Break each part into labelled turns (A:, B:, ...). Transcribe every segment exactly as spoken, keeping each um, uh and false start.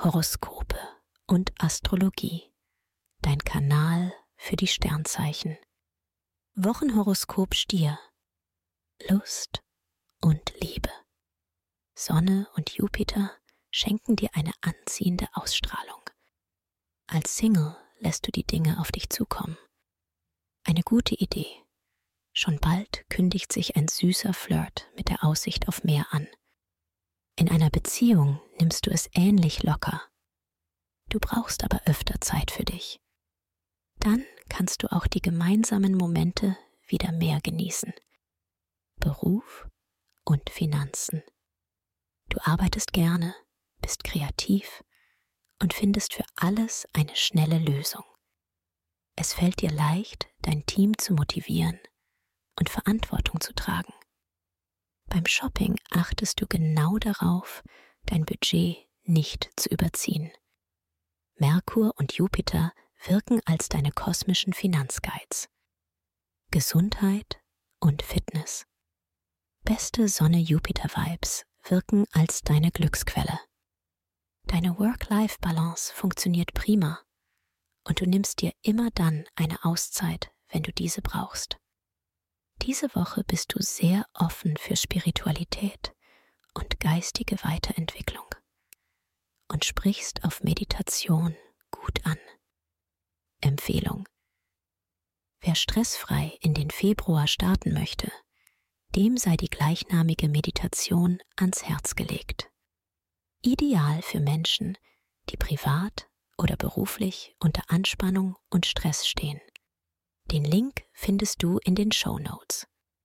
A: Horoskope und Astrologie. Dein Kanal für die Sternzeichen. Wochenhoroskop Stier. Lust und Liebe. Sonne und Jupiter schenken dir eine anziehende Ausstrahlung. Als Single lässt du die Dinge auf dich zukommen. Eine gute Idee. Schon bald kündigt sich ein süßer Flirt mit der Aussicht auf mehr an. In einer Beziehung nimmst du es ähnlich locker. Du brauchst aber öfter Zeit für dich. Dann kannst du auch die gemeinsamen Momente wieder mehr genießen. Beruf und Finanzen. Du arbeitest gerne, bist kreativ und findest für alles eine schnelle Lösung. Es fällt dir leicht, dein Team zu motivieren und Verantwortung zu tragen. Beim Shopping achtest du genau darauf, dein Budget nicht zu überziehen. Merkur und Jupiter wirken als deine kosmischen Finanzguides. Gesundheit und Fitness. Beste Sonne-Jupiter-Vibes wirken als deine Glücksquelle. Deine Work-Life-Balance funktioniert prima und du nimmst dir immer dann eine Auszeit, wenn du diese brauchst. Diese Woche bist du sehr offen für Spiritualität und geistige Weiterentwicklung und sprichst auf Meditation gut an. Empfehlung: Wer stressfrei in den Februar starten möchte, dem sei die gleichnamige Meditation ans Herz gelegt. Ideal für Menschen, die privat oder beruflich unter Anspannung und Stress stehen. Den Link findest du in den Shownotes.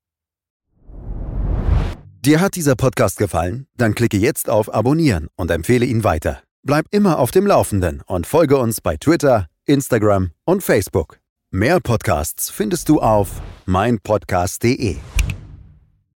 B: Dir hat dieser Podcast gefallen? Dann klicke jetzt auf Abonnieren und empfehle ihn weiter. Bleib immer auf dem Laufenden und folge uns bei Twitter, Instagram und Facebook. Mehr Podcasts findest du auf mein podcast punkt de.